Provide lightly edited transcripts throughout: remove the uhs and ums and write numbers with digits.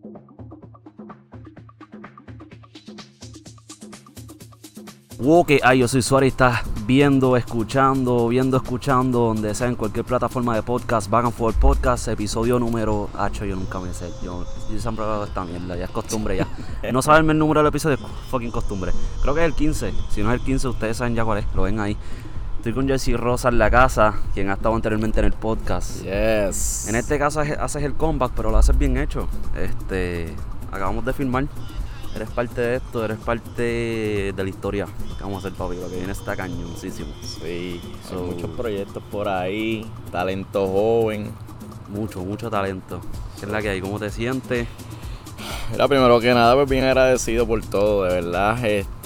Ok, yo soy Suárez y estás viendo, escuchando, donde sea, en cualquier plataforma de podcast, Back and Forth Podcast, episodio número... yo nunca me sé, yo siempre hago esta mierda, ya es costumbre ya. No saberme el número del episodio es fucking costumbre. Creo que es el 15, si no es el 15 ustedes saben ya cuál es, lo ven ahí. Estoy con Jesse Rosa en la casa, quien ha estado anteriormente en el podcast. Yes. En este caso haces el comeback, pero lo haces bien hecho. Acabamos de filmar. Eres parte de esto, eres parte de la historia que vamos a hacer, papi. Lo que viene está cañoncísimo. Sí, hay muchos proyectos por ahí, talento joven. Mucho talento. ¿Qué es la que hay? ¿Cómo te sientes? Mira, primero que nada, pues bien agradecido por todo, de verdad.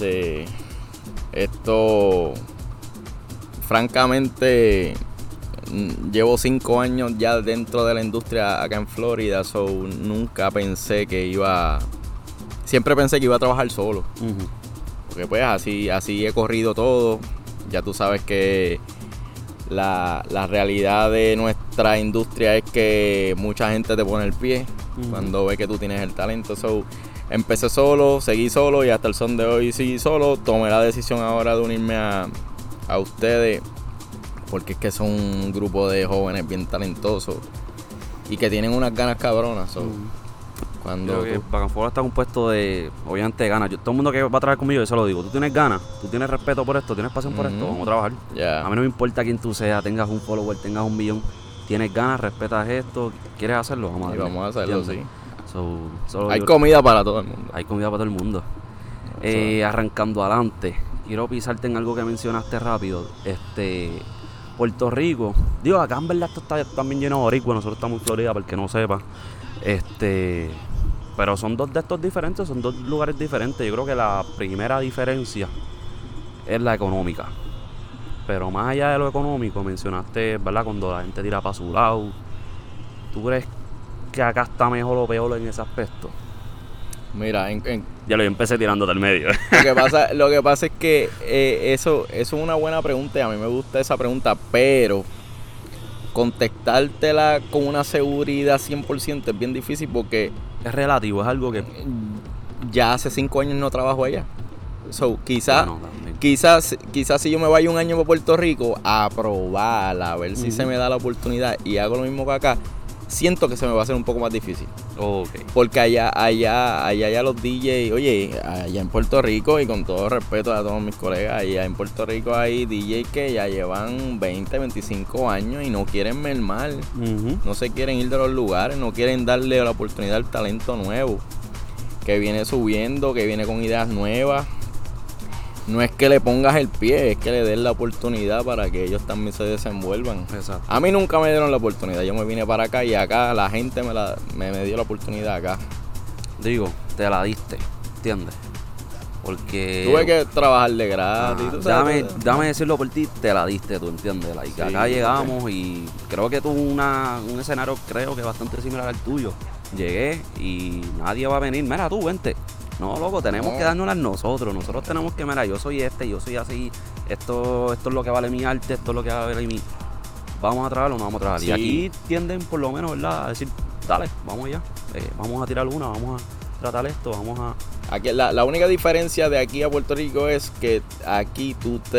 Esto, francamente, llevo 5 años ya dentro de la industria acá en Florida, so nunca pensé que siempre pensé que iba a trabajar solo. Uh-huh. Porque pues así he corrido todo. Ya tú sabes que la realidad de nuestra industria es que mucha gente te pone el pie cuando ve que tú tienes el talento. So, empecé solo, seguí solo y hasta el son de hoy seguí solo. Tomé la decisión ahora de unirme a ustedes porque es que son un grupo de jóvenes bien talentosos y que tienen unas ganas cabronas. So, Creo que Back and Forth está compuesto de, obviamente, ganas. Todo el mundo que va a trabajar conmigo, yo se lo digo. Tú tienes ganas, tú tienes respeto por esto, tienes pasión por esto, vamos a trabajar. Yeah. A mí no me importa quién tú seas, tengas un follower, tengas 1 millón. Tienes ganas, respetas esto, quieres hacerlo, vamos a darle. Vamos a hacerlo, sí. Hay comida para todo el mundo. Hay comida para todo el mundo. Arrancando adelante, quiero pisarte en algo que mencionaste rápido. Puerto Rico, acá en verdad esto está también lleno de boricua, nosotros estamos en Florida, para el que no sepa. Pero son dos de estos diferentes, son dos lugares diferentes. Yo creo que la primera diferencia es la económica. Pero más allá de lo económico, mencionaste, ¿verdad? Cuando la gente tira para su lado. ¿Tú crees que acá está mejor o peor en ese aspecto? Mira, Ya lo empecé tirando del medio. Lo que pasa es que eso es una buena pregunta y a mí me gusta esa pregunta, pero contestártela con una seguridad 100% es bien difícil porque es relativo, es algo que ya hace 5 años no trabajo allá. So, quizás si yo me vaya un año para Puerto Rico a probar, a ver si se me da la oportunidad y hago lo mismo que acá, siento que se me va a hacer un poco más difícil. Okay. Porque allá los DJs, oye, allá en Puerto Rico, y con todo respeto a todos mis colegas, allá en Puerto Rico hay DJs que ya llevan 20, 25 años y no quieren mermar, no se quieren ir de los lugares, no quieren darle la oportunidad al talento nuevo, que viene subiendo, que viene con ideas nuevas. No es que le pongas el pie, es que le des la oportunidad para que ellos también se desenvuelvan. Exacto. A mí nunca me dieron la oportunidad. Yo me vine para acá y acá la gente me dio la oportunidad acá. Te la diste, ¿entiendes? Porque tuve que trabajar de gratis. Déjame decirlo por ti, te la diste tú, ¿entiendes? Sí, acá llegamos y creo que tuve un escenario creo que bastante similar al tuyo. Llegué y nadie va a venir. Mira tú, vente. No, loco, tenemos que dárnoslas nosotros. Nosotros tenemos que, mira, yo soy yo soy así. Esto es lo que vale mi arte, esto es lo que vale mi... Vamos a trabajar o no vamos a trabajar. Sí. Y aquí tienden, por lo menos, ¿verdad? A decir, dale, vamos allá. Vamos a tirar una, vamos a tratar esto, vamos a... Aquí, la única diferencia de aquí a Puerto Rico es que aquí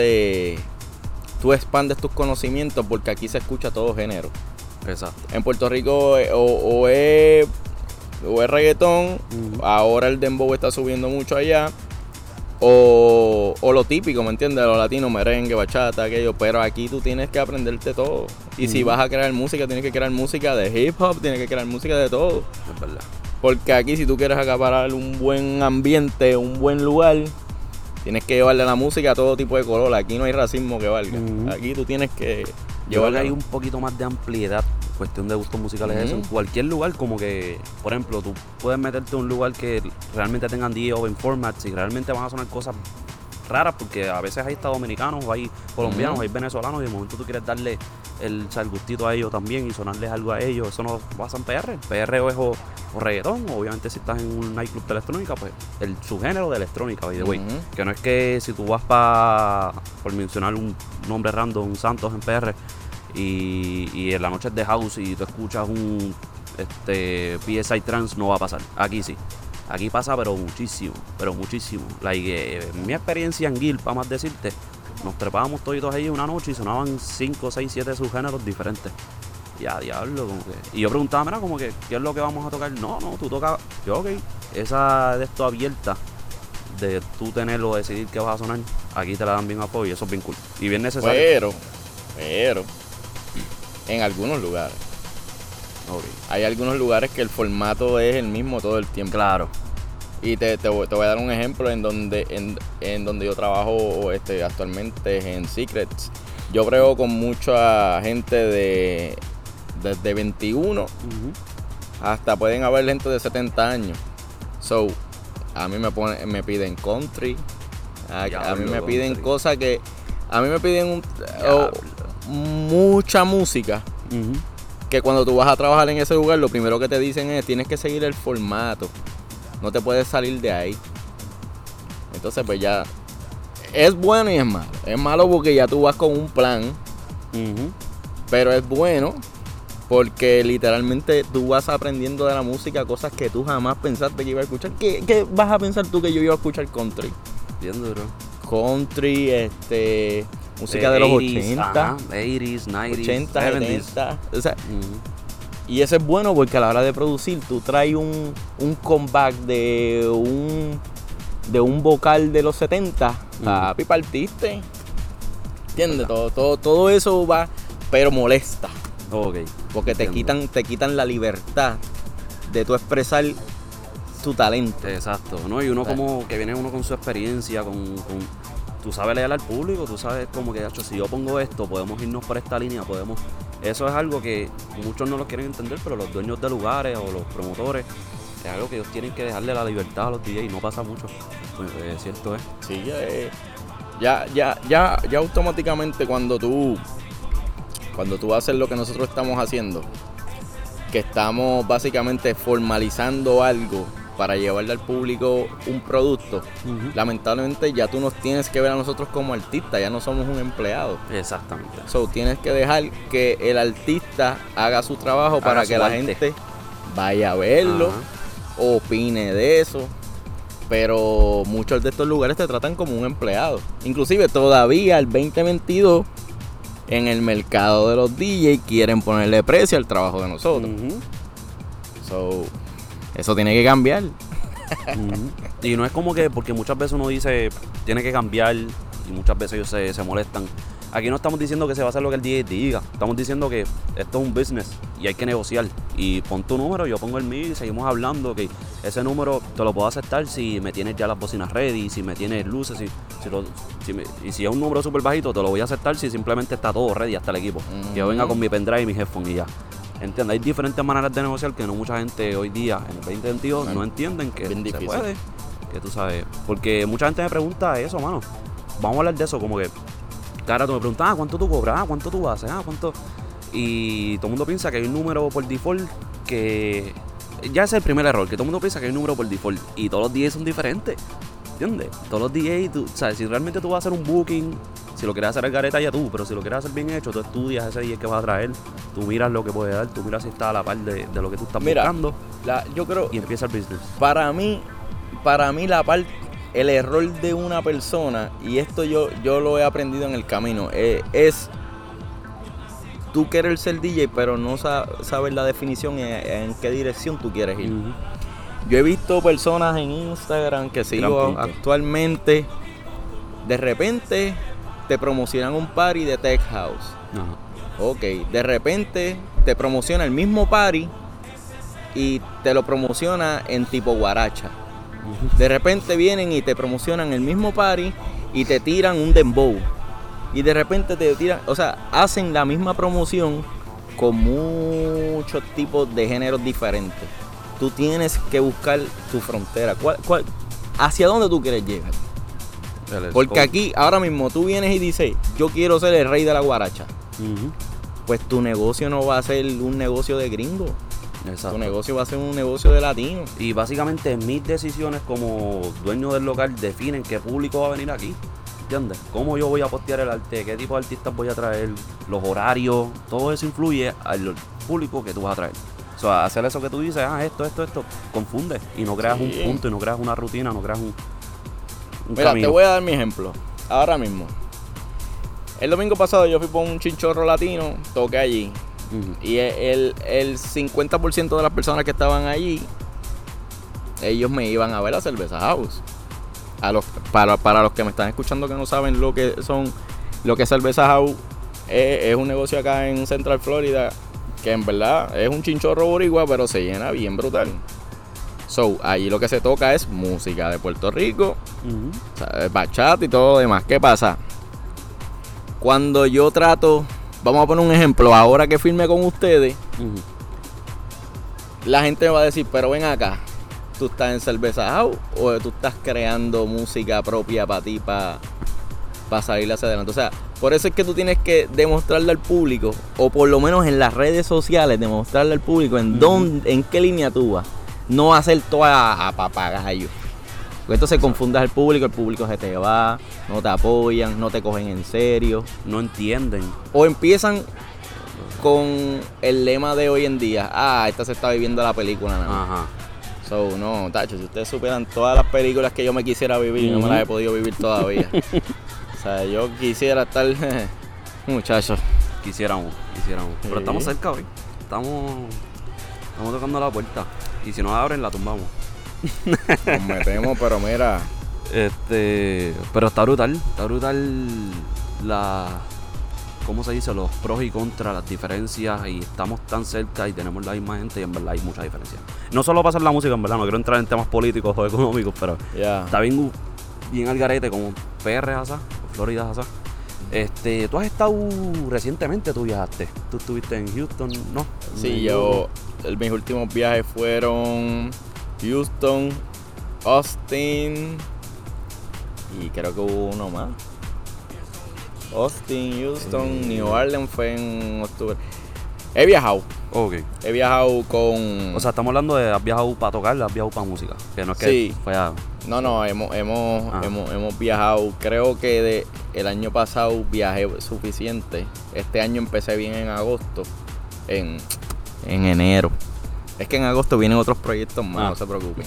tú expandes tus conocimientos porque aquí se escucha todo género. Exacto. En Puerto Rico o es reggaetón, ahora el dembow está subiendo mucho allá, o lo típico, ¿me entiendes? Lo latino, merengue, bachata, aquello, pero aquí tú tienes que aprenderte todo. Y si vas a crear música, tienes que crear música de hip hop, tienes que crear música de todo. Es verdad. Porque aquí si tú quieres acaparar un buen ambiente, un buen lugar, tienes que llevarle la música a todo tipo de color. Aquí no hay racismo que valga. Aquí tú tienes que Yo creo que hay un poquito más de ampliedad, cuestión de gustos musicales, eso. En cualquier lugar, como que, por ejemplo, tú puedes meterte en un lugar que realmente tengan DJ open formats y realmente van a sonar cosas raras, porque a veces hay dominicanos, hay colombianos, hay venezolanos, y de momento tú quieres darle el gustito a ellos también y sonarles algo a ellos. Eso no pasa en PR. PR o reggaetón, obviamente si estás en un nightclub de electrónica, pues el subgénero de electrónica, by the way. Que no es que si tú vas por mencionar un nombre random, un Santos en PR, y en la noche es de house y tú escuchas un PSI Trans no va a pasar. Aquí sí. Aquí pasa pero muchísimo. Mi experiencia en Gil, para más decirte, nos trepábamos todos ahí una noche y sonaban 5, 6, 7 subgéneros diferentes. Y a diablo, como que. Y yo preguntaba, mira, como que, ¿qué es lo que vamos a tocar? No, tú tocas. Yo, ok. Esa de esto abierta, de tú tenerlo, decidir qué vas a sonar, aquí te la dan bien a fuego y eso es bien cool. Y bien necesario. Pero, en algunos lugares. Okay. Hay algunos lugares que el formato es el mismo todo el tiempo. Claro. Y te voy a dar un ejemplo en donde yo trabajo actualmente en Secrets. Yo brego con mucha gente desde 21 hasta pueden haber gente de 70 años. So, a mí me piden country, a mí me piden cosas que... A mí me piden mucha música. Que cuando tú vas a trabajar en ese lugar, lo primero que te dicen es, tienes que seguir el formato. No te puedes salir de ahí. Entonces, pues ya... Es bueno y es malo. Es malo porque ya tú vas con un plan. Pero es bueno porque literalmente tú vas aprendiendo de la música cosas que tú jamás pensaste que ibas a escuchar. ¿Qué vas a pensar tú que yo iba a escuchar country? Bien duro. Country, música de los 80, 80s, 90s, 80, 70s. 70. O sea, y eso es bueno porque a la hora de producir tú traes un comeback de un vocal de los 70, papi, partiste. ¿Entiendes? Todo eso va, pero molesta. Okay. Porque te quitan la libertad de tú expresar tu talento. Exacto, ¿no? Y uno como que viene uno con su experiencia, tú sabes leer al público, tú sabes como que, si yo pongo esto, podemos irnos por esta línea, eso es algo que muchos no lo quieren entender, pero los dueños de lugares o los promotores, es algo que ellos tienen que dejarle la libertad a los DJs, y no pasa mucho, pues, cierto es. Sí, ya automáticamente cuando tú haces lo que nosotros estamos haciendo, que estamos básicamente formalizando algo para llevarle al público un producto, lamentablemente ya tú nos tienes que ver a nosotros como artistas, ya no somos un empleado. Exactamente. So, tienes que dejar que el artista haga su trabajo para que la gente vaya a verlo, opine de eso. Pero muchos de estos lugares te tratan como un empleado. Inclusive todavía el 2022 en el mercado de los DJs quieren ponerle precio al trabajo de nosotros. So, eso tiene que cambiar. Y no es como que, porque muchas veces uno dice tiene que cambiar y muchas veces ellos se molestan. Aquí no estamos diciendo que se va a hacer lo que el DJ diga. Estamos diciendo que esto es un business y hay que negociar. Y pon tu número, yo pongo el mío y seguimos hablando. Que ese número te lo puedo aceptar si me tienes ya las bocinas ready, si me tienes luces, y si es un número súper bajito, te lo voy a aceptar si simplemente está todo ready, hasta el equipo. Que yo venga con mi pendrive y mi headphone y ya. ¿Entiendes? Hay diferentes maneras de negociar que no mucha gente hoy día, en el 2022, no entienden que se puede. Que tú sabes. Porque mucha gente me pregunta eso, mano. Vamos a hablar de eso, como que cada rato me preguntan, ¿cuánto tú cobras? ¿Cuánto tú haces? ¿Cuánto? Y todo el mundo piensa que hay un número por default que... Ya ese es el primer error, que todo el mundo piensa que hay un número por default. Y todos los DJs son diferentes. ¿Entiendes? Todos los DJs, tú sabes, si realmente tú vas a hacer un booking, si lo quieres hacer al gareta ya tú, pero si lo quieres hacer bien hecho, tú estudias ese DJ que vas a traer, tú miras lo que puede dar, tú miras si está a la par de lo que tú estás buscando. Yo creo... Y empieza el business. Para mí el error de una persona, y esto yo lo he aprendido en el camino, es tú querer ser DJ, pero no saber la definición en qué dirección tú quieres ir. Yo he visto personas en Instagram que sigo actualmente, de repente te promocionan un party de Tech House. Ok, de repente te promociona el mismo party y te lo promociona en tipo guaracha. De repente vienen y te promocionan el mismo party y te tiran un dembow. Y de repente te tiran, o sea, hacen la misma promoción con muchos tipos de géneros diferentes. Tú tienes que buscar tu frontera. ¿Hacia dónde tú quieres llegar? Porque aquí, ahora mismo, tú vienes y dices, yo quiero ser el rey de la guaracha. Pues tu negocio no va a ser un negocio de gringo. Exacto. Tu negocio va a ser un negocio de latino. Y básicamente mis decisiones como dueño del local definen qué público va a venir aquí. ¿Entiendes? Cómo yo voy a postear el arte, qué tipo de artistas voy a traer, los horarios, todo eso influye al público que tú vas a traer. O sea, hacer eso que tú dices, esto, confunde. Y no creas un punto, y no creas una rutina, no creas un Mira, camino. te voy a dar mi ejemplo. Ahora mismo. El domingo pasado yo fui por un chinchorro latino, toqué allí. Y el 50% de las personas que estaban allí, ellos me iban a ver a Cerveza House. Para los que me están escuchando que no saben lo que es Cerveza House, es un negocio acá en Central Florida que en verdad es un chinchorro boricua, pero se llena bien brutal. So, allí lo que se toca es música de Puerto Rico, o sea, bachata y todo lo demás. ¿Qué pasa? Cuando yo trato, vamos a poner un ejemplo, ahora que firme con ustedes, la gente me va a decir, pero ven acá, ¿tú estás en Cerveza House o tú estás creando música propia para ti, para salir hacia adelante? O sea, por eso es que tú tienes que demostrarle al público, o por lo menos en las redes sociales, demostrarle al público en qué línea tú vas. No hacer todo a papagayo. Porque entonces confundas al público se te va, no te apoyan, no te cogen en serio. No entienden. O empiezan con el lema de hoy en día. Esta se está viviendo la película nada. Ajá. So, no, tacho, si ustedes supieran todas las películas que yo me quisiera vivir, no me las he podido vivir todavía. O sea, yo quisiera estar... Muchachos. Quisiéramos. Pero estamos cerca hoy. Estamos tocando la puerta. Y si nos abren, la tumbamos. Nos metemos, pero mira. Pero está brutal ¿cómo se dice? Los pros y contras, las diferencias, y estamos tan cerca y tenemos la misma gente y en verdad hay mucha diferencia. No solo pasa en la música, en verdad, no quiero entrar en temas políticos o económicos, pero está bien al garete como PR Asa, Florida Asa. Tú has estado recientemente, tú viajaste. Tú estuviste en Houston, ¿no? Sí, mis últimos viajes fueron Houston, Austin y creo que hubo uno más. Austin, Houston, New Orleans fue en octubre. He viajado. Ok. He viajado con... O sea, estamos hablando de has viajado para tocar, has viajado para música. Que no es que sí. fue a... No, hemos viajado. Creo que el año pasado viajé suficiente. Este año empecé bien en agosto. En enero. Es que en agosto vienen otros proyectos más, no se preocupen.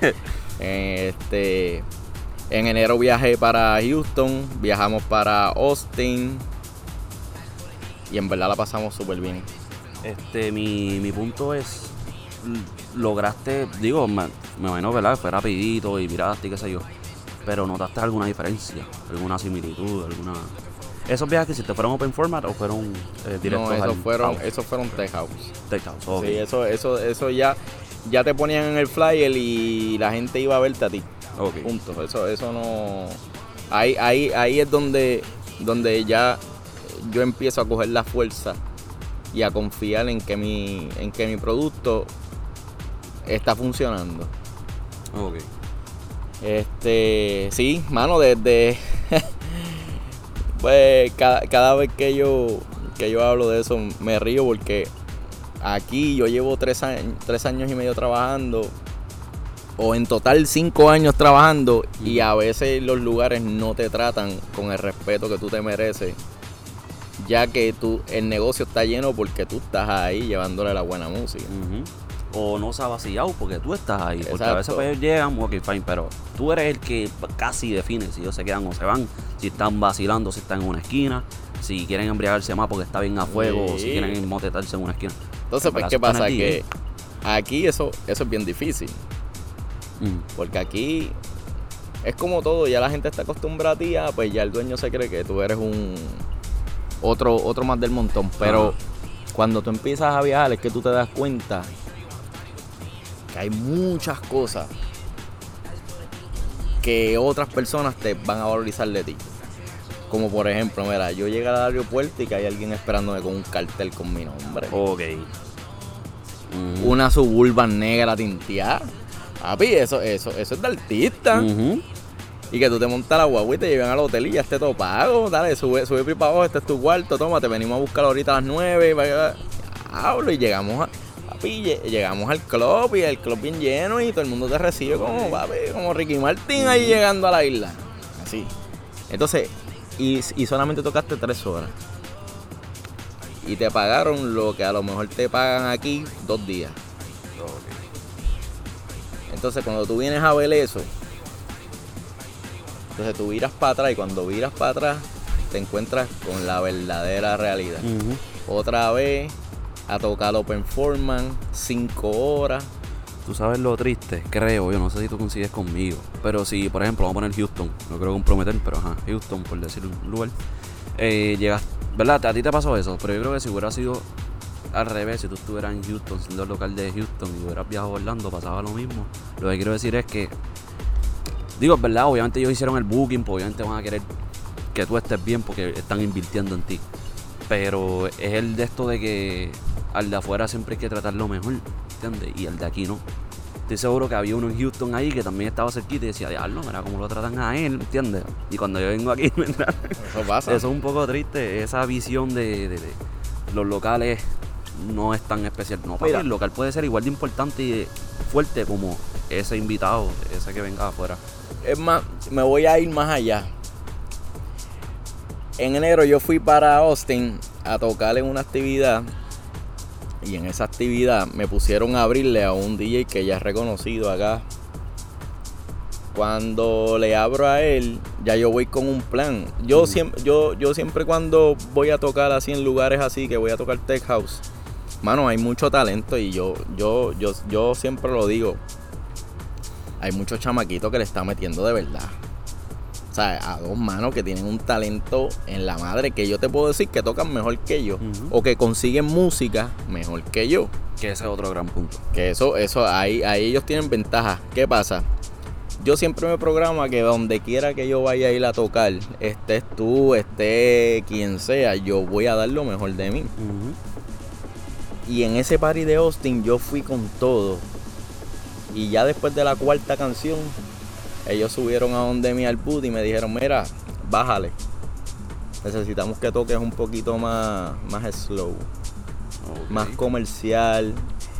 En enero viajé para Houston, viajamos para Austin y en verdad la pasamos súper bien. Mi punto es, lograste, digo, me imagino, ¿verdad? Fue rapidito y miraste y qué sé yo, pero ¿notaste alguna diferencia? ¿Alguna similitud? ¿Esos viajes que hiciste fueron open format o fueron directos? No, esos fueron Tech House. Tech House, okay. Sí, eso ya te ponían en el flyer y la gente iba a verte a ti. Okay. Punto. Eso no... Ahí es donde ya yo empiezo a coger la fuerza y a confiar en que mi producto está funcionando. Ok. Sí, mano, desde... pues cada vez que yo hablo de eso me río porque aquí yo llevo 3 años y medio trabajando, o en total 5 años trabajando, y a veces los lugares no te tratan con el respeto que tú te mereces, ya que el negocio está lleno porque tú estás ahí llevándole la buena música. O no se ha vaciado porque tú estás ahí. Porque Exacto. a veces pues llegan, ok, fine, pero tú eres el que casi define si ellos se quedan o se van, si están vacilando, si están en una esquina, si quieren embriagarse más porque está bien a fuego, Sí. o si quieren motetarse en una esquina. Entonces, pues, ¿qué pasa? Que aquí eso es bien difícil. Porque aquí es como todo, ya la gente está acostumbrada a ti, pues ya el dueño se cree que tú eres otro más del montón. Pero cuando tú empiezas a viajar es que tú te das cuenta que hay muchas cosas que otras personas te van a valorizar de ti. Como por ejemplo, mira, yo llegué al aeropuerto y que hay alguien esperándome con un cartel con mi nombre. Ok. Una Suburban negra tinteada. Papi, eso es de artista. Y que tú te montas la guagua y te llevan al hotel y ya esté todo pago. Dale, sube para abajo, este es tu cuarto, toma, te venimos a buscar ahorita a las 9. Hablo y llegamos al club y el club bien lleno y todo el mundo te recibe como, papi, como Ricky Martin ahí llegando a la isla. Así. Entonces, y solamente tocaste 3 horas. y te pagaron lo que a lo mejor te pagan aquí 2 días. Entonces cuando tú vienes a ver eso, entonces tú viras para atrás y cuando viras para atrás te encuentras con la verdadera realidad. Otra vez a tocar Open Foreman, 5 horas. Tú sabes lo triste, creo, yo no sé si tú consigues conmigo, pero si, por ejemplo, vamos a poner Houston, no creo comprometer, pero Houston, por decir un lugar, llegas, ¿verdad? A ti te pasó eso, pero yo creo que si hubiera sido al revés, si tú estuvieras en Houston, siendo el local de Houston y hubieras viajado a Orlando, pasaba lo mismo. Lo que quiero decir es que, digo, es verdad, obviamente ellos hicieron el booking, pues obviamente van a querer que tú estés bien porque están invirtiendo en ti. Pero es el de esto de que al de afuera siempre hay que tratarlo mejor, ¿entiendes? Y al de aquí no. Estoy seguro que había uno en Houston ahí que también estaba cerquita y decía, diablo, mira cómo lo tratan a él, ¿entiendes? Y cuando yo vengo aquí, Eso pasa. Eso es un poco triste, esa visión de los locales no es tan especial. No, papi, el local puede ser igual de importante y fuerte como ese invitado, ese que venga afuera. Es más, me voy a ir más allá. En enero yo fui para Austin a tocar en una actividad y en esa actividad me pusieron a abrirle a un DJ que ya es reconocido acá. Cuando le abro a él, ya yo voy con un plan. Yo siempre cuando voy a tocar así en lugares así, que voy a tocar tech house, mano, hay mucho talento y yo siempre lo digo. Hay muchos chamaquitos que le están metiendo de verdad. O sea, a 2 manos que tienen un talento en la madre que yo te puedo decir que tocan mejor que yo. O que consiguen música mejor que yo. Que ese es otro gran punto. Que eso ahí ellos tienen ventaja. ¿Qué pasa? Yo siempre me programo a que donde quiera que yo vaya a ir a tocar, estés tú, esté quien sea, yo voy a dar lo mejor de mí. Y en ese party de Austin yo fui con todo. Y ya después de la 4ª canción, ellos subieron a donde mí al boot y me dijeron, mira, bájale. Necesitamos que toques un poquito más slow, más comercial.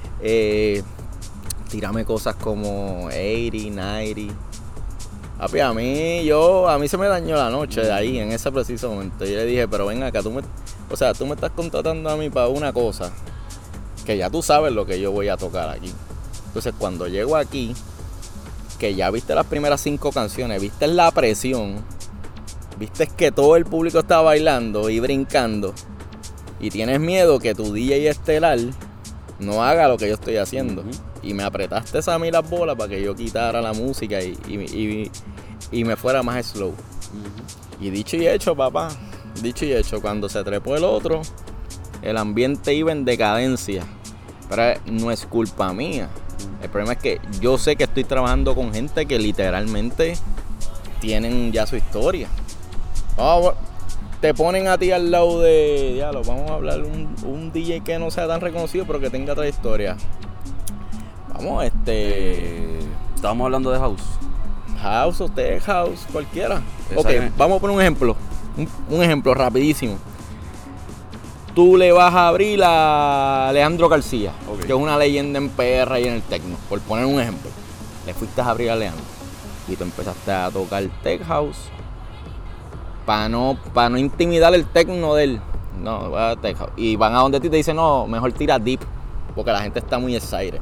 Tírame cosas como 80, 90. Papi, a mí se me dañó la noche de ahí, en ese preciso momento. Yo le dije, pero ven acá, tú me estás contratando a mí para una cosa que ya tú sabes lo que yo voy a tocar aquí. Entonces, cuando llego aquí, que ya viste las primeras 5 canciones, viste la presión, viste que todo el público está bailando y brincando, y tienes miedo que tu DJ estelar no haga lo que yo estoy haciendo. Y me apretaste a mí las bolas para que yo quitara la música y me fuera más slow. Y dicho y hecho, papá, dicho y hecho, cuando se trepó el otro, el ambiente iba en decadencia. Pero no es culpa mía. El problema es que yo sé que estoy trabajando con gente que literalmente tienen ya su historia. Te ponen a ti al lado de, diablo, vamos a hablar un DJ que no sea tan reconocido pero que tenga trayectoria. Vamos, Estábamos hablando de house. House o tech house, cualquiera. Ok, vamos a poner un ejemplo. Un ejemplo rapidísimo. Tú le vas a abrir a Alejandro García, que es una leyenda en PR y en el techno, por poner un ejemplo. Le fuiste a abrir a Alejandro y tú empezaste a tocar tech house para no intimidar el techno de él. No, va a tech house. Y van a donde ti te dicen, no, mejor tira deep, porque la gente está muy excited.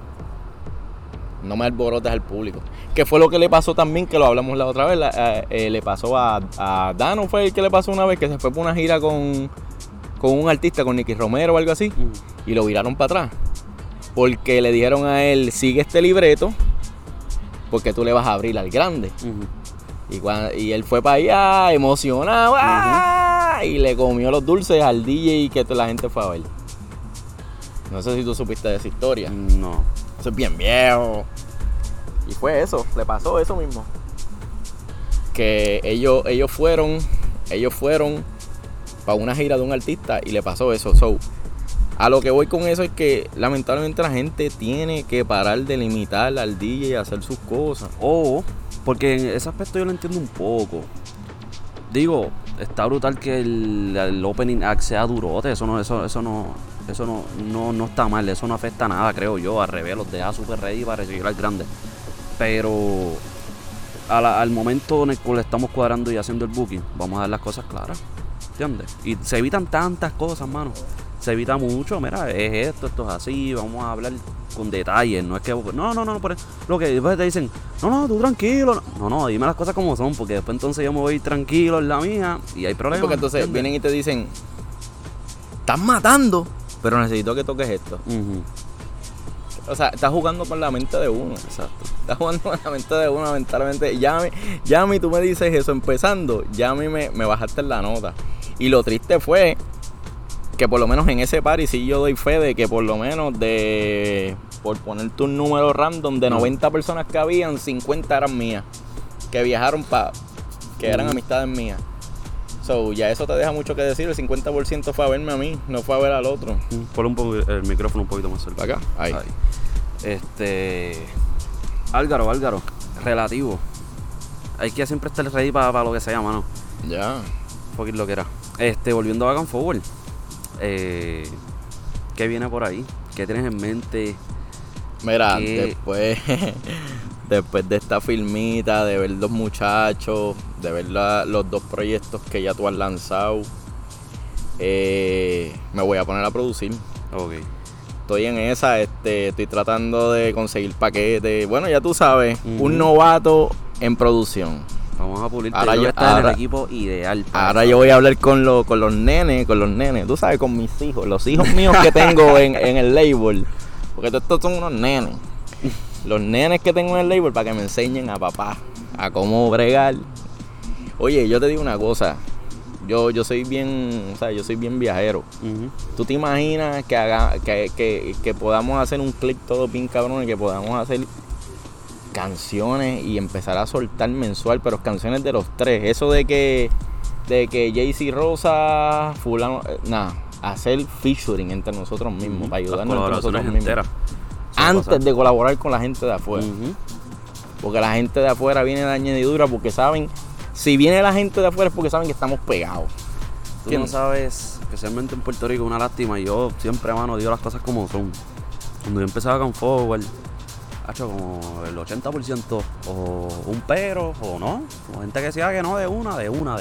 No me alborotes al público. Que fue lo que le pasó también, que lo hablamos la otra vez. Le pasó a Dano, fue el que le pasó una vez, que se fue por una gira con un artista, con Nicky Romero o algo así, y lo viraron para atrás. Porque le dijeron a él, sigue este libreto, porque tú le vas a abrir al grande. Y él fue para allá, emocionado, y le comió los dulces al DJ que la gente fue a ver. No sé si tú supiste de esa historia. No. Eso es bien viejo. Y fue eso, le pasó eso mismo. Que ellos fueron para una gira de un artista y le pasó eso. So, a lo que voy con eso es que lamentablemente la gente tiene que parar de limitar al DJ y hacer sus cosas. Porque en ese aspecto yo lo entiendo un poco. Digo, está brutal que el opening act sea durote, eso no está mal, eso no afecta a nada, creo yo. Al revés, los deja super ready para recibir al grande. Pero al momento en el cual estamos cuadrando y haciendo el booking, vamos a dar las cosas claras. ¿entiendes? Y se evitan tantas cosas, mano. Se evita mucho, mira, es esto es así, vamos a hablar con detalles, no es que, no, por lo que después te dicen, no, tú tranquilo, no, dime las cosas como son, porque después entonces yo me voy tranquilo en la mía y hay problemas. Porque entonces ¿entiendes? vienen y te dicen, estás matando, pero necesito que toques esto. O sea, estás jugando con la mente de uno. Exacto. Estás jugando con la mente de uno mentalmente. Ya a mí tú me dices eso empezando, ya a mí me bajaste en la nota. Y lo triste fue que por lo menos en ese party sí yo doy fe de que por lo menos por ponerte un número random, de 90 personas que habían, 50 eran mías. Que viajaron que eran amistades mías. So, ya eso te deja mucho que decir. El 50% fue a verme a mí, no fue a ver al otro. Ponle el micrófono un poquito más cerca. ¿Acá? Ahí. Álgaro, relativo. Hay que siempre estar ready para lo que sea, mano. Ya. Poquito lo que era. Volviendo a Back and Forward. ¿Qué viene por ahí? ¿Qué tienes en mente? Mira, después de esta filmita, de ver los muchachos, de ver los 2 proyectos que ya tú has lanzado, me voy a poner a producir. Ok. Estoy en esa, estoy tratando de conseguir paquetes. Bueno, ya tú sabes, un novato en producción. Vamos a pulirte. Ahora yo estar en el equipo ideal. Ahora yo voy a hablar con los nenes. Tú sabes, con mis hijos. Los hijos míos que tengo en el label. Porque estos son unos nenes. Los nenes que tengo en el label para que me enseñen a papá a cómo bregar. Oye, yo te digo una cosa. Yo soy bien, o sea, yo soy bien viajero. ¿Tú te imaginas que podamos hacer un click todo bien cabrón y que podamos hacer canciones y empezar a soltar mensual, pero canciones de los 3? Eso de que Jay-Z Rosa, fulano, hacer featuring entre nosotros mismos, para ayudarnos entre nosotros mismos. Antes de colaborar con la gente de afuera. Porque la gente de afuera viene de añadidura porque saben, si viene la gente de afuera es porque saben que estamos pegados. Tú no sabes, especialmente en Puerto Rico, una lástima. Yo siempre, mano, digo las cosas como son. Cuando yo empezaba con Forward, hecho como el 80% o un pero o no, o gente que decía que no, de una.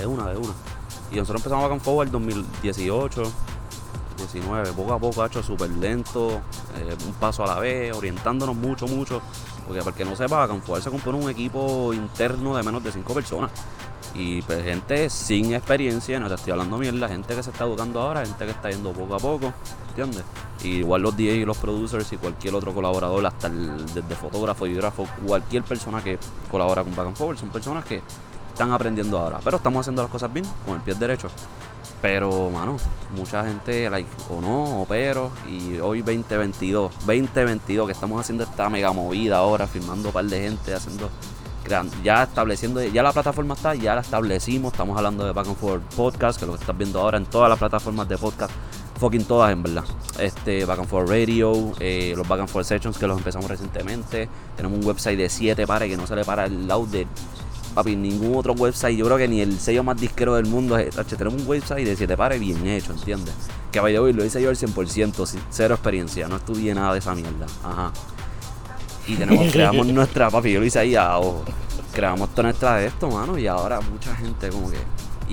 Y nosotros empezamos con Forward 2018, 19, poco a poco, hecho súper lento, un paso a la vez, orientándonos mucho, porque no sepa, Back and Forward se compone un equipo interno de menos de 5 personas. Y pues gente sin experiencia, no te estoy hablando mierda, gente que se está educando ahora, gente que está yendo poco a poco, ¿entiendes? Y igual los DJs y los producers y cualquier otro colaborador, hasta desde fotógrafo, videógrafo, cualquier persona que colabora con Back and Forward, son personas que están aprendiendo ahora. Pero estamos haciendo las cosas bien, con el pie derecho. Pero, mano, mucha gente, o no, o pero, y hoy 2022, que estamos haciendo esta mega movida ahora, filmando un par de gente, ya estableciendo, ya la plataforma está, ya la establecimos, estamos hablando de Back and Forward Podcast, que es lo que estás viendo ahora en todas las plataformas de podcast, fucking todas en verdad. Back and Forward Radio, los Back and Forward Sessions que los empezamos recientemente, tenemos un website de 7 pares que no se le para el load de papi, ningún otro website, yo creo que ni el sello más disquero del mundo, tenemos un website de 7 pares bien hecho, ¿entiendes? Que by the way, lo hice yo al 100%, cero experiencia, no estudié nada de esa mierda, ajá. Y creamos nuestra, papi, yo lo hice ahí a ojo. Creamos toda nuestra de esto, mano, y ahora mucha gente como que...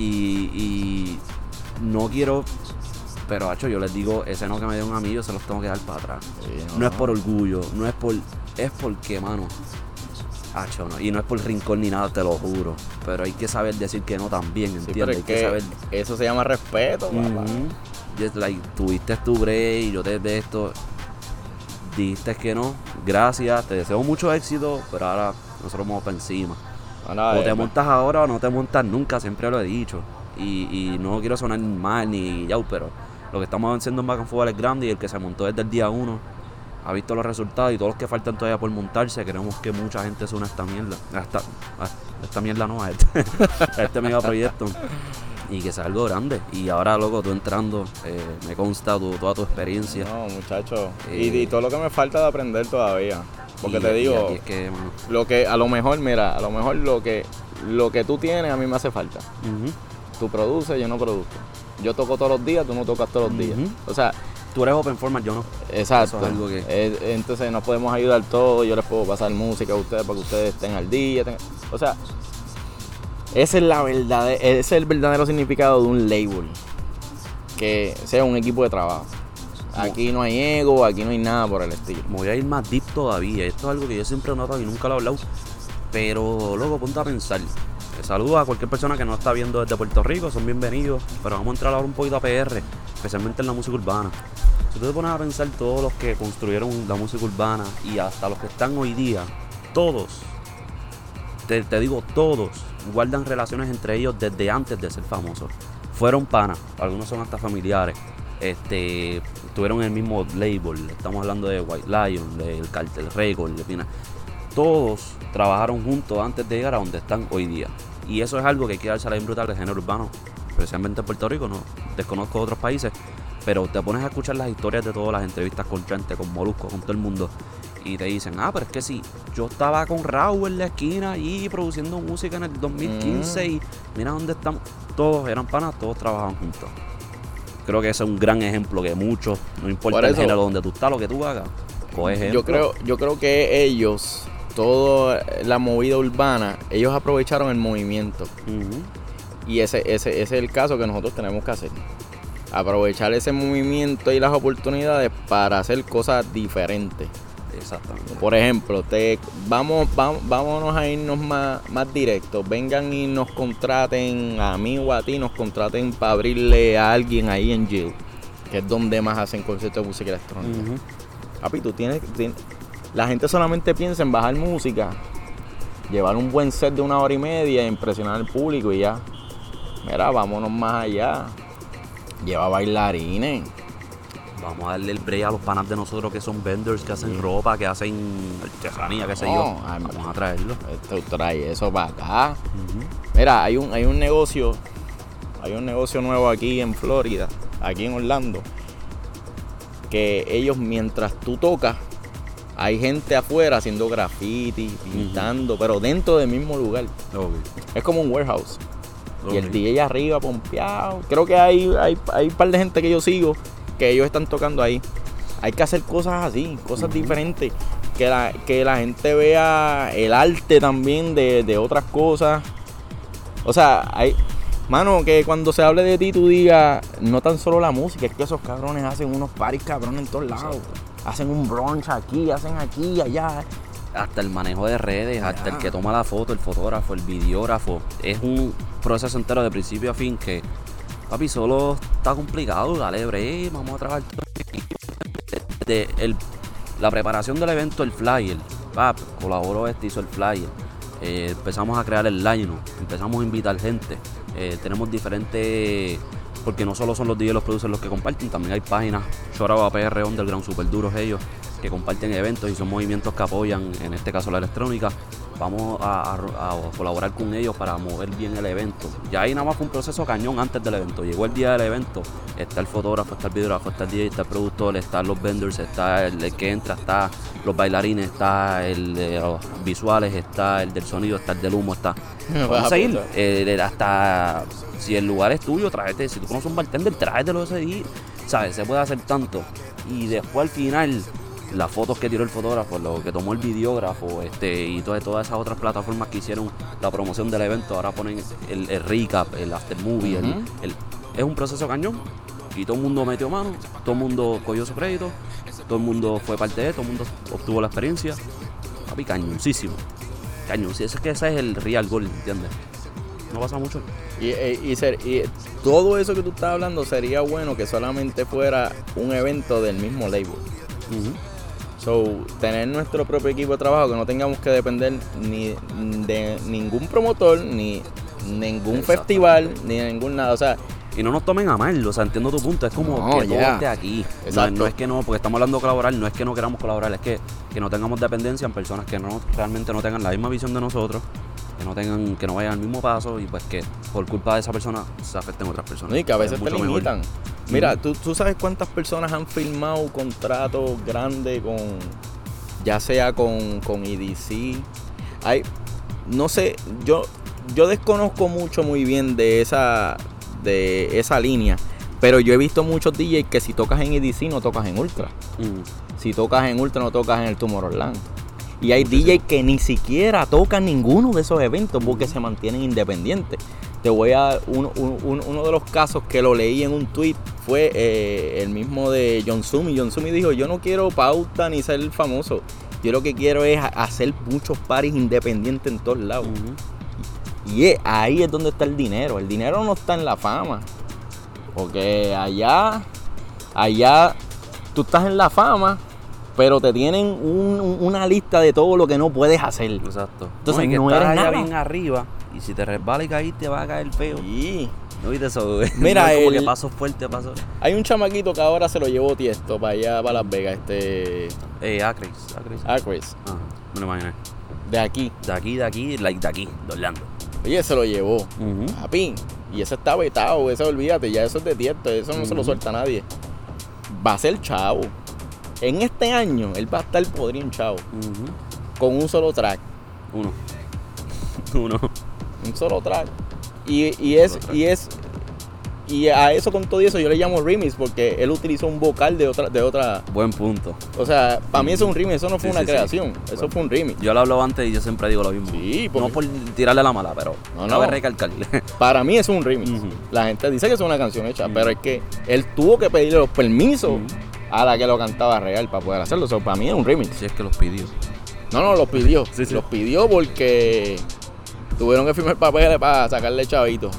Y no quiero... Pero, hacho, yo les digo, ese no que me dio un amigo, se los tengo que dar para atrás. Sí, no es por orgullo, es porque, mano, hacho, no. Y no es por rincón ni nada, te lo juro. Pero hay que saber decir que no también, ¿entiendes? Sí, pero hay que saber... Eso se llama respeto, papá. Just like, tuviste tu break y yo te de esto... Dijiste que no, gracias, te deseo mucho éxito, pero ahora nosotros vamos para encima. O te montas ahora o no te montas nunca, siempre lo he dicho. Y no quiero sonar mal ni ya, pero lo que estamos haciendo en Back and Forward es grande y el que se montó desde el día 1 ha visto los resultados y todos los que faltan todavía por montarse. Queremos que mucha gente se una a esta mierda. Esta mierda no, a este mega proyecto. Y que sea algo grande. Y ahora, loco, tú entrando, me consta toda tu experiencia. No, muchacho. Y todo lo que me falta de aprender todavía. Porque te digo, es que, lo que a lo mejor lo que tú tienes a mí me hace falta. Tú produces, yo no produzco. Yo toco todos los días, tú no tocas todos los días. O sea, tú eres open format, yo no. Exacto. Eso es algo que... entonces nos podemos ayudar todos. Yo les puedo pasar música a ustedes para que ustedes estén al día. O sea, ese es el verdadero significado de un label. Que sea un equipo de trabajo. Aquí no hay ego, aquí no hay nada por el estilo. Me voy a ir más deep todavía. Esto es algo que yo siempre he notado y nunca lo he hablado. Pero, loco, ponte a pensar. Saludo a cualquier persona que nos está viendo desde Puerto Rico, son bienvenidos. Pero vamos a entrar ahora un poquito a PR, especialmente en la música urbana. Si tú te pones a pensar, todos los que construyeron la música urbana y hasta los que están hoy día, todos, te digo todos, guardan relaciones entre ellos desde antes de ser famosos. Fueron panas, algunos son hasta familiares. Tuvieron el mismo label, estamos hablando de White Lion, del Cartel Record, de Pina. Todos trabajaron juntos antes de llegar a donde están hoy día. Y eso es algo que hay que darse a la bien brutal del género urbano, especialmente en Puerto Rico, no desconozco otros países, pero te pones a escuchar las historias de todas las entrevistas con Chente, con Molusco, con todo el mundo, y te dicen, pero es que sí, yo estaba con Raúl en la esquina y produciendo música en el 2015 y mira dónde estamos. Todos eran panas, todos trabajaban juntos. Creo que ese es un gran ejemplo que muchos, no importa el género donde tú estás, lo que tú hagas, coge ejemplo. Yo creo que ellos, toda la movida urbana, ellos aprovecharon el movimiento. Y ese es el caso que nosotros tenemos que hacer. Aprovechar ese movimiento y las oportunidades para hacer cosas diferentes. Exactamente. Por ejemplo, vámonos a irnos más directos. Vengan y nos contraten, a mí o a ti, nos contraten para abrirle a alguien ahí en Jill, que es donde más hacen conciertos de música electrónica. Papi, tú tienes, la gente solamente piensa en bajar música, llevar un buen set de 1 hora y media, impresionar al público y ya. Mira, vámonos más allá. Lleva bailarines. Vamos a darle el break a los panas de nosotros que son vendors, que hacen ropa, que hacen artesanía, qué sé yo. Vamos a traerlo. Trae eso para acá. Mira, hay un negocio nuevo aquí en Florida, aquí en Orlando, que ellos mientras tú tocas, hay gente afuera haciendo graffiti, pintando, pero dentro del mismo lugar. Es como un warehouse. Y el DJ arriba pompeado. Creo que hay un par de gente que yo sigo que ellos están tocando ahí. Hay que hacer cosas así, cosas diferentes. Que la gente vea el arte también de otras cosas. O sea, mano, que cuando se hable de ti tú digas, no tan solo la música, es que esos cabrones hacen unos parties cabrones en todos lados. Hacen un brunch aquí, hacen aquí, allá. Hasta el manejo de redes, hasta el que toma la foto, el fotógrafo, el videógrafo. Es un proceso entero de principio a fin que, papi, solo está complicado. Dale break, vamos a trabajar todo la preparación del evento, el flyer. Colaboró hizo el flyer. Empezamos a crear el line, empezamos a invitar gente. Tenemos diferentes, porque no solo son los DJs y los producers los que comparten, también hay páginas, Shout out a PR Underground, super duros ellos, que comparten eventos y son movimientos que apoyan, en este caso la electrónica. Vamos a colaborar con ellos para mover bien el evento. Ya ahí nada más fue un proceso cañón antes del evento. Llegó el día del evento, está el fotógrafo, está el videógrafo, está el DJ, está el productor, están los vendors, está el que entra, está los bailarines, está el de los visuales, está el del sonido, está el del humo, está... Vamos a ir hasta... Si el lugar es tuyo, tráete. Si tú conoces un bartender, tráetelo ese día. ¿Sabes? Se puede hacer tanto. Y después al final, las fotos que tiró el fotógrafo, lo que tomó el videógrafo, y todas esas otras plataformas que hicieron la promoción del evento, ahora ponen el recap, el after movie, es un proceso cañón. Y todo el mundo metió mano, todo el mundo cogió su crédito, todo el mundo fue parte de, todo el mundo obtuvo la experiencia. Papi, cañoncísimo. Cañoncísimo. Es que ese es el real goal, ¿entiendes? No pasa mucho. Y todo eso que tú estás hablando sería bueno que solamente fuera un evento del mismo label. So, tener nuestro propio equipo de trabajo, que no tengamos que depender ni de ningún promotor, ni ningún festival, ni de ningún nada. O sea, y no nos tomen a mal, o sea, entiendo tu punto, es como que todo esté aquí. No es que no, porque estamos hablando de colaborar, no es que no queramos colaborar, es que no tengamos dependencia en personas que realmente no tengan la misma visión de nosotros, que no vayan al mismo paso y pues que por culpa de esa persona se afecten otras personas. Y que a veces te limitan. Mira, ¿tú sabes cuántas personas han firmado contratos grandes ya sea con EDC? No sé, yo desconozco muy bien de esa línea, pero yo he visto muchos DJs que si tocas en EDC no tocas en Ultra. Si tocas en Ultra no tocas en el Tomorrowland. Y hay DJs que ni siquiera tocan ninguno de esos eventos porque se mantienen independientes. Te voy a dar uno de los casos que lo leí en un tweet, fue el mismo de John Sumi. John Sumi dijo, yo no quiero pauta ni ser famoso. Yo lo que quiero es hacer muchos parties independientes en todos lados. Y ahí es donde está el dinero. El dinero no está en la fama. Porque allá tú estás en la fama, pero te tienen una lista de todo lo que no puedes hacer. Exacto. Entonces no eres allá nada. bien arriba y si te resbalas y caíste te va a caer feo. Sí. ¿No viste eso? Mira, no, como que paso fuerte, paso. Hay un chamaquito que ahora se lo llevó Tiesto para allá, para Las Vegas, Acris. Acris, Ah, me lo imaginé. de aquí. De aquí, de Orlando. Oye, se lo llevó. Papi. Y ese está vetado, eso olvídate, ya eso es de Tiesto, eso no se lo suelta a nadie. Va a ser chavo. En este año, él va a estar podrido en chavo. Con un solo track. Uno. Un solo track. Y a eso con todo eso yo le llamo remix porque él utilizó un vocal de otra. Buen punto. O sea, para mí eso es un remix, eso no fue Sí, una sí, creación, sí. eso fue un remix. Yo lo hablaba antes y yo siempre digo lo mismo. Sí, porque No por tirarle la mala, pero No. cabe recalcarle. para mí eso es un remix. La gente dice que es una canción hecha, pero es que él tuvo que pedirle los permisos a la que lo cantaba real para poder hacerlo. O sea, para mí es un remix. Si es que los pidió. No, los pidió. Sí. Los pidió porque tuvieron que firmar papeles para sacarle chavito.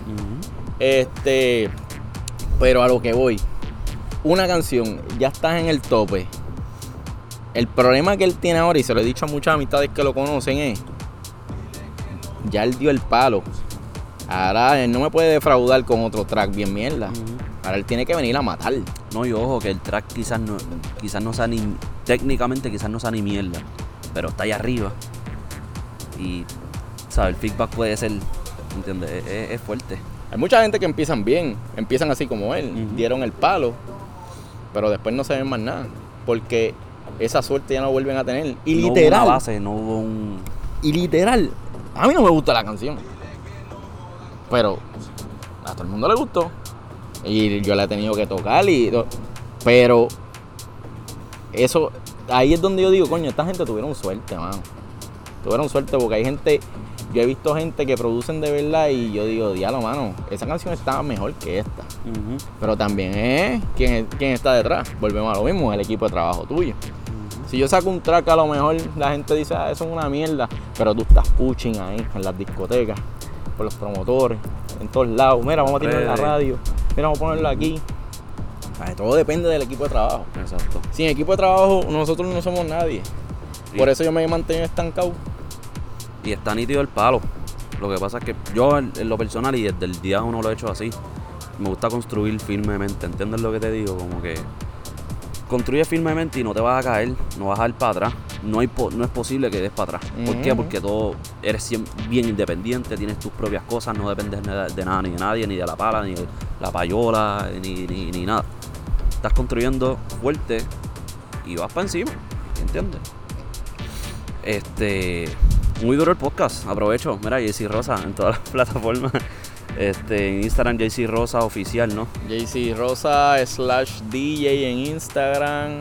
Pero a lo que voy, una canción, ya estás en el tope. El problema que él tiene ahora, y se lo he dicho a muchas amistades que lo conocen, es ya él dio el palo. Ahora él no me puede defraudar con otro track bien mierda. Ahora él tiene que venir a matar. No, y ojo, que el track quizás no sea ni, técnicamente quizás no sea ni mierda, pero está ahí arriba. Y, ¿sabes? El feedback puede ser, ¿entiendes? Es fuerte. Hay mucha gente que empiezan bien, empiezan así como él, dieron el palo, pero después no se ven más nada, porque esa suerte ya no vuelven a tener. Y no literal, hubo una base, no hubo un... Y literal, a mí no me gusta la canción, pero a todo el mundo le gustó. Y yo la he tenido que tocar, pero eso, ahí es donde yo digo, coño, esta gente tuvieron suerte, mano. Tuvieron suerte porque hay gente, yo he visto gente que producen de verdad y yo digo, diablo, mano, esa canción está mejor que esta. Pero también es quién está detrás. Volvemos a lo mismo, el equipo de trabajo tuyo. Si yo saco un track, a lo mejor la gente dice, eso es una mierda, pero tú estás pushing ahí en las discotecas, por los promotores, en todos lados. Mira, vamos a tirarlo en la radio, mira, vamos a ponerlo aquí. Ay, todo depende del equipo de trabajo. Exacto. Sin equipo de trabajo, nosotros no somos nadie. Sí. Por eso yo me he mantenido estancado. Y está nítido el palo. Lo que pasa es que yo, en lo personal, y desde el día uno lo he hecho así, me gusta construir firmemente. ¿Entiendes lo que te digo? Como que construye firmemente y no te vas a caer, no vas a ir para atrás. No es posible que des para atrás. ¿Por qué? Porque eres bien independiente, tienes tus propias cosas, no dependes de nada ni de nadie, ni de la pala, ni de la payola, ni nada. Estás construyendo fuerte y vas para encima, ¿entiendes? Muy duro el podcast, aprovecho. Mira, JC Rosa en todas las plataformas. En Instagram, JC Rosa Oficial, ¿no? JC Rosa /DJ en Instagram.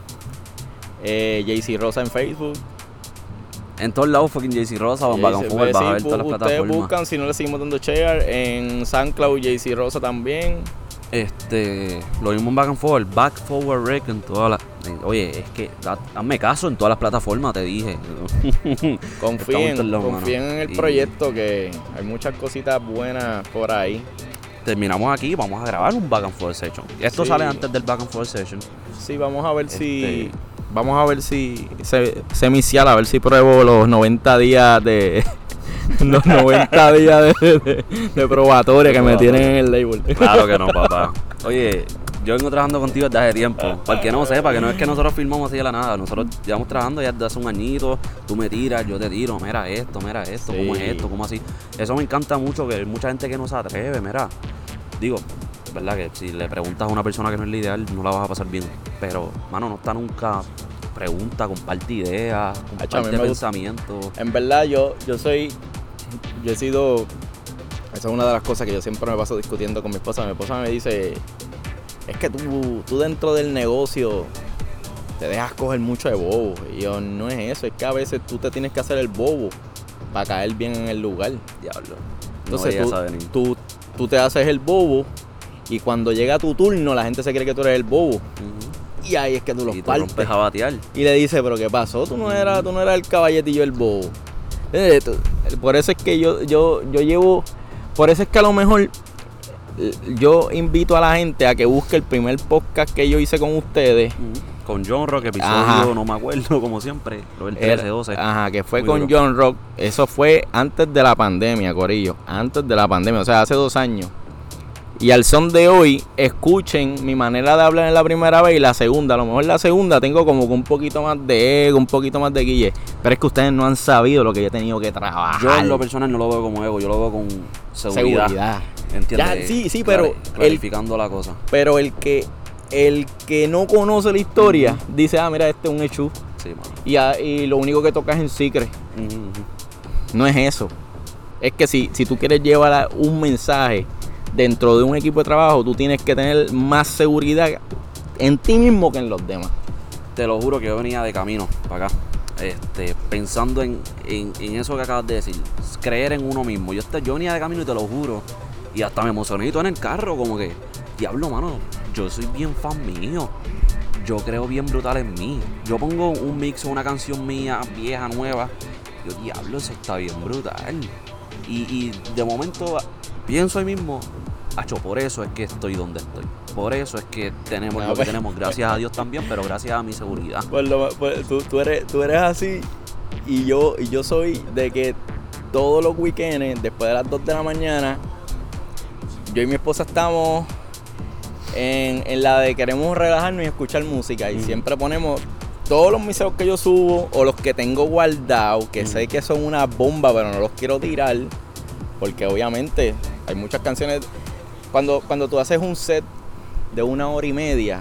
JC Rosa en Facebook. En todos lados, fucking JC Rosa o en Back and Forth, vas a ver todas las Ustedes plataformas. buscan, si no le seguimos dando share, en SoundCloud, JC Rosa también. Lo mismo en Back and Forward Rec en todas las... Oye, es que hazme caso en todas las plataformas, te dije. Confíen en el Y proyecto, que hay muchas cositas buenas por ahí. Terminamos aquí, vamos a grabar un Back and Forth Session. Esto Sí. sale antes del Back and Forth Session. Sí, vamos a ver si se me iniciala, a ver si pruebo los 90 días de los 90 días de probatoria que me tienen en el label. Claro que no, papá. Oye, yo vengo trabajando contigo desde hace tiempo. Para el que no sepa, que no es que nosotros filmamos así de la nada. Nosotros llevamos trabajando ya desde hace un añito. Tú me tiras, yo te tiro. Mira esto, Sí. ¿cómo es esto? ¿Cómo así? Eso me encanta mucho, que hay mucha gente que no se atreve, mira. Digo, es verdad que si le preguntas a una persona que no es la ideal, no la vas a pasar bien. Pero, mano, no está nunca. Pregunta, comparte ideas, comparte pensamientos. En verdad, yo he sido... Esa es una de las cosas que yo siempre me paso discutiendo con mi esposa. Mi esposa me dice, es que tú dentro del negocio te dejas coger mucho de bobo. Y yo, no es eso, es que a veces tú te tienes que hacer el bobo para caer bien en el lugar. Diablo. Entonces tú te haces el bobo y cuando llega tu turno la gente se cree que tú eres el bobo. Uh-huh. Y ahí es que tú los partes. Rompes a batear. Y le dices, pero ¿qué pasó? Tú no eras el caballetillo el bobo. Por eso es que yo llevo... Por eso es que a lo mejor yo invito a la gente a que busque el primer podcast que yo hice con ustedes. Uh-huh. Con John Rock, episodio, no me acuerdo, como siempre. El 13-12. Ajá, que fue muy con duro. John Rock. Eso fue antes de la pandemia, corillo. Antes de la pandemia, o sea, hace 2 años. Y al son de hoy, escuchen mi manera de hablar en la primera vez y la segunda. A lo mejor la segunda tengo como que un poquito más de ego, un poquito más de guille. Pero es que ustedes no han sabido lo que yo he tenido que trabajar. Yo en lo personal no lo veo como ego, yo lo veo con seguridad. ¿Entiendes? Ya, sí, pero clarificando la cosa. Pero el que no conoce la historia, dice, mira, este es un hecho. Sí, mano. Y lo único que toca es en secret. Uh-huh. No es eso. Es que si tú quieres llevar un mensaje dentro de un equipo de trabajo, tú tienes que tener más seguridad en ti mismo que en los demás. Te lo juro que yo venía de camino para acá, pensando en eso que acabas de decir, creer en uno mismo. Yo venía de camino y te lo juro, y hasta me emocioné y todo en el carro, como que, diablo, mano, yo soy bien fan mío. Yo creo bien brutal en mí. Yo pongo un mix o una canción mía, vieja, nueva, yo, diablo, eso está bien brutal. Y de momento pienso ahí mismo, por eso es que estoy donde estoy. Por eso es que tenemos lo que tenemos. Gracias a Dios también, pero gracias a mi seguridad. Tú eres así y yo soy de que todos los weekends, después de las 2 de la mañana, yo y mi esposa estamos en la de queremos relajarnos y escuchar música. Y siempre ponemos todos los miseos que yo subo o los que tengo guardados, que sé que son una bomba, pero no los quiero tirar. Porque obviamente hay muchas canciones. Cuando tú haces un set de 1 hora y media,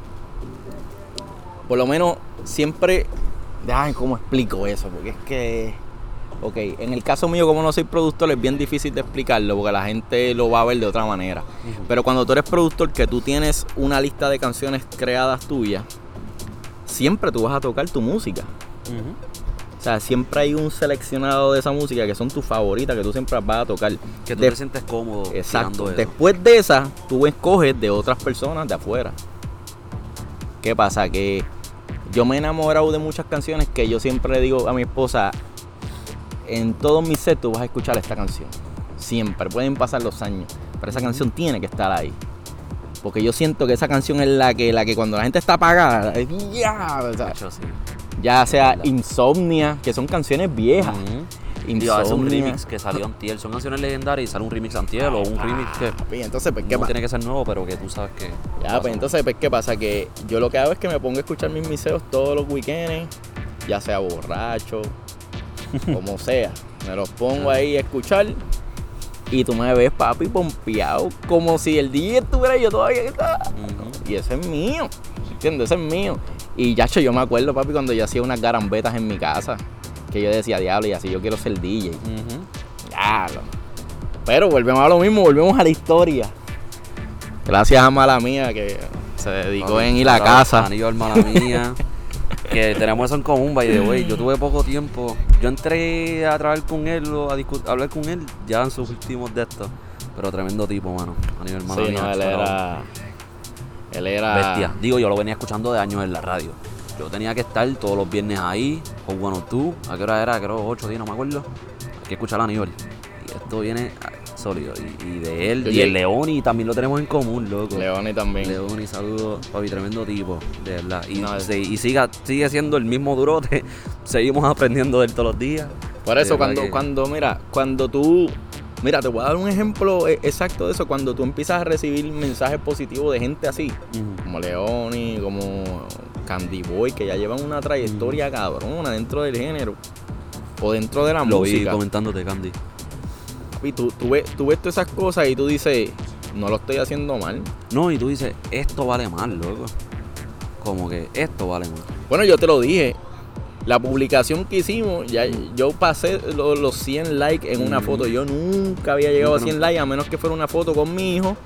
por lo menos siempre... Ay, ¿cómo explico eso? Porque es que... Ok, en el caso mío, como no soy productor, es bien difícil de explicarlo porque la gente lo va a ver de otra manera. Uh-huh. Pero cuando tú eres productor, que tú tienes una lista de canciones creadas tuyas, siempre tú vas a tocar tu música. Uh-huh. O sea, siempre hay un seleccionado de esa música que son tus favoritas, que tú siempre vas a tocar. Que tú te sientes cómodo. Exacto. Después de esa, tú escoges de otras personas de afuera. ¿Qué pasa? Que yo me he enamorado de muchas canciones que yo siempre le digo a mi esposa, en todos mis sets tú vas a escuchar esta canción. Siempre. Pueden pasar los años, pero esa canción tiene que estar ahí. Porque yo siento que esa canción es la que cuando la gente está apagada, ya sea Insomnia, que son canciones viejas. Insomnia. Es un remix que salió antier, son canciones legendarias y sale un remix antier o un remix que entonces, pues, no tiene que ser nuevo, pero que tú sabes que... Ya, pues entonces, pues, ¿qué pasa? Que yo lo que hago es que me pongo a escuchar mis miseos todos los weekends, ya sea borracho, como sea. Me los pongo ahí a escuchar y tú me ves, papi, pompeado, como si el DJ estuviera yo todavía que está. Y ese es mío, ¿entiendes? Ese es mío. Y ya, yo me acuerdo, papi, cuando yo hacía unas garambetas en mi casa, que yo decía, diablo, y así yo quiero ser DJ. Diablo. Pero volvemos a lo mismo, volvemos a la historia. Gracias a Mala Mía, que se dedicó en ir a la casa. Anillo al Mala Mía, que tenemos eso en común, by the way. Yo tuve poco tiempo. Yo entré a trabajar con él, a hablar con él, ya en sus últimos de estos. Pero tremendo tipo, mano. Anillo al Mala Mía. No, él era... bestia. Digo, yo lo venía escuchando de años en la radio. Yo tenía que estar todos los viernes ahí, con One Two. ¿A qué hora era? Creo 8 días, no me acuerdo. Hay que escuchar a Aníbal. Y esto viene sólido. Y de él, y el Leoni también lo tenemos en común, loco. Leoni también. Leoni, saludos, papi, tremendo tipo, de verdad. Y sigue siendo el mismo durote. Seguimos aprendiendo de él todos los días. Por eso, cuando tú... Mira, te voy a dar un ejemplo exacto de eso. Cuando tú empiezas a recibir mensajes positivos de gente así, como Leoni, como Candy Boy, que ya llevan una trayectoria cabrona dentro del género o dentro de la música. Lo vi comentándote, Candy. Y tú ves todas esas cosas y tú dices, no lo estoy haciendo mal. No, y tú dices, esto vale más, loco. Como que esto vale más. Bueno, yo te lo dije. La publicación que hicimos, ya yo pasé los 100 likes en una foto. Yo nunca había llegado a 100 likes, a menos que fuera una foto con mi hijo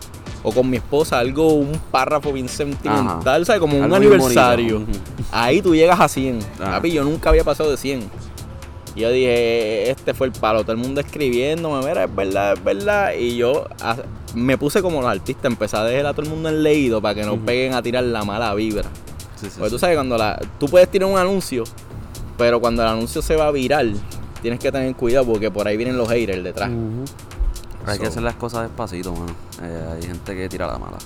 o con mi esposa, un párrafo bien sentimental, Ajá. ¿sabes? Como un Algo bien aniversario. bonito. Ahí tú llegas a 100. Ajá. Papi, yo nunca había pasado de 100. Y yo dije, este fue el palo, todo el mundo escribiéndome, mira, es verdad. Y yo me puse como los artistas, empecé a dejar a todo el mundo en leído para que no peguen a tirar la mala vibra. Sí, Porque tú sabes, cuando tú puedes tirar un anuncio, pero cuando el anuncio se va viral, tienes que tener cuidado porque por ahí vienen los haters detrás. Hay que hacer las cosas despacito, mano. Hay gente que tira la mala.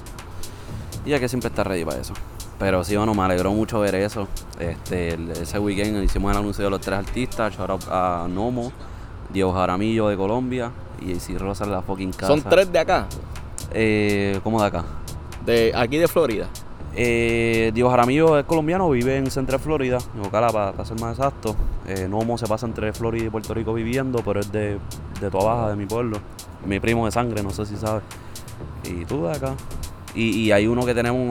Y hay que siempre estar ready para eso. Pero sí, bueno, me alegró mucho ver eso. Ese weekend hicimos el anuncio de los 3 artistas. Shout out a Nomo, Diego Jaramillo de Colombia y AC Rosa en la fucking casa. ¿Son 3 de acá? ¿Cómo de acá? De aquí de Florida. Diego Jaramillo es colombiano, vive en Central Florida, en Ocala para ser más exacto. Nomo se pasa entre Florida y Puerto Rico viviendo, pero es de Toa Baja, de mi pueblo. Mi primo de sangre, no sé si sabes. Y tú de acá. Y hay uno que tenemos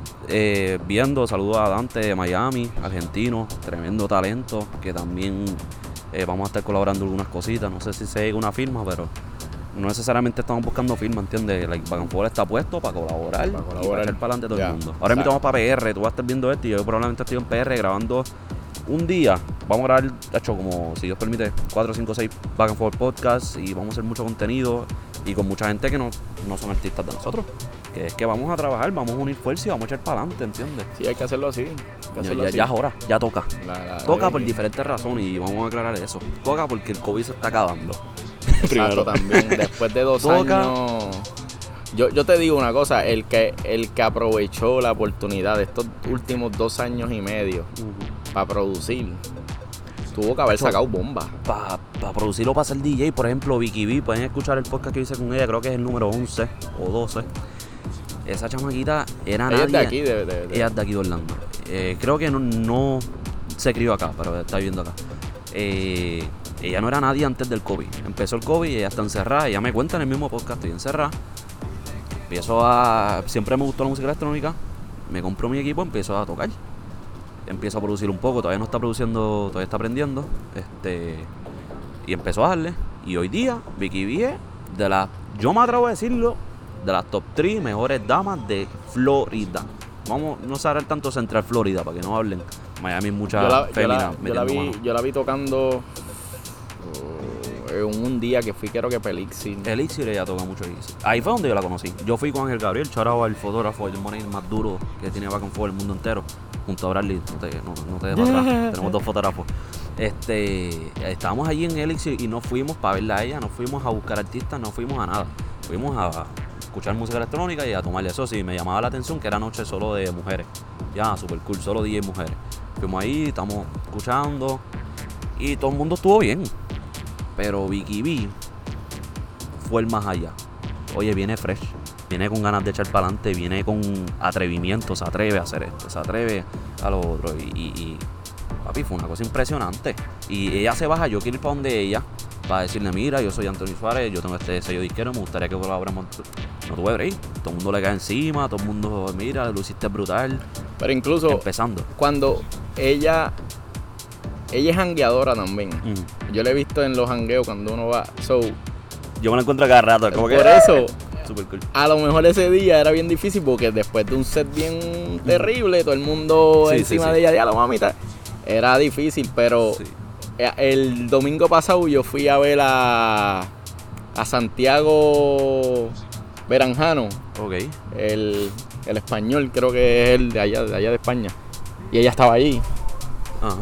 viendo, saludos a Dante de Miami, argentino, tremendo talento, que también vamos a estar colaborando algunas cositas. No sé si se llega una firma, pero no necesariamente estamos buscando firma, ¿entiendes? Back and Forth está puesto para colaborar y para echar para adelante todo el mundo. Ahora mismo vamos para PR, tú vas a estar viendo esto y yo probablemente estoy en PR grabando un día. Vamos a grabar, hecho, como si Dios permite, 4, 5, 6 Back and Forth podcasts y vamos a hacer mucho contenido y con mucha gente que no son artistas de nosotros. Que es que vamos a trabajar, vamos a unir fuerzas y vamos a echar para adelante, ¿entiendes? Sí, hay que hacerlo así. Ya es hora, ya toca. Toca por que... diferentes razones y vamos a aclarar eso. Toca porque el COVID se está acabando. Exacto, también. Después de 2 años... Yo te digo una cosa, el que aprovechó la oportunidad de estos últimos 2 años y medio para producir, tuvo que haber sacado bomba. Para producirlo, para ser DJ, por ejemplo, Vicky B, pueden escuchar el podcast que hice con ella, creo que es el número 11 o 12. Esa chamaquita era nadie. Ella es de aquí, Ella es de aquí de Orlando. Creo que no se crió acá, pero está viviendo acá. Ella no era nadie antes del COVID. Empezó el COVID y ella está encerrada. Ella me cuenta en el mismo podcast, estoy encerrada. Siempre me gustó la música electrónica. Me compró mi equipo, empiezo a tocar. Empiezo a producir un poco, todavía no está produciendo, todavía está aprendiendo. Y empezó a darle. Y hoy día, Vicky B es yo me atrevo a decirlo, de las top 3 mejores damas de Florida. Vamos, no se hablar tanto Central Florida para que no hablen. Miami mucha fémina. Yo la vi tocando en un día que fui, creo que Pelixir. Elixir, ella toca mucho Elixir. Ahí fue donde yo la conocí. Yo fui con Ángel Gabriel, Charaba, el fotógrafo, el money más duro que tiene Back and Forth el mundo entero. Junto a Bradley, no te dejo atrás. Tenemos 2 fotógrafos. Estábamos allí en Elixir y no fuimos para verla a ella, no fuimos a buscar artistas, no fuimos a nada. Fuimos a escuchar música electrónica y a tomarle. Eso sí, me llamaba la atención que era noche solo de mujeres. Ya, super cool, solo DJ mujeres. Fuimos ahí, estamos escuchando y todo el mundo estuvo bien. Pero Vicky B fue el más allá. Oye, viene fresh, viene con ganas de echar para adelante, viene con atrevimiento, se atreve a hacer esto, se atreve a lo otro. Y papi, fue una cosa impresionante. Y ella se baja, yo quiero ir para donde ella, para decirle, mira, yo soy Anthony Suárez, yo tengo este sello disquero, me gustaría que colaboremos. No tuve break, todo el mundo le cae encima, todo el mundo, mira, lo hiciste brutal. Pero incluso empezando, cuando ella es jangueadora también. Yo la he visto en los jangueos cuando uno va. Yo me la encuentro cada rato. Como por eso, super cool. A lo mejor ese día era bien difícil porque después de un set bien terrible, todo el mundo encima de ella, ya la mamita. Era difícil, pero el domingo pasado yo fui a ver a Santiago Beranjano. Ok. El español, creo que es el de allá de España. Y ella estaba allí. Ajá.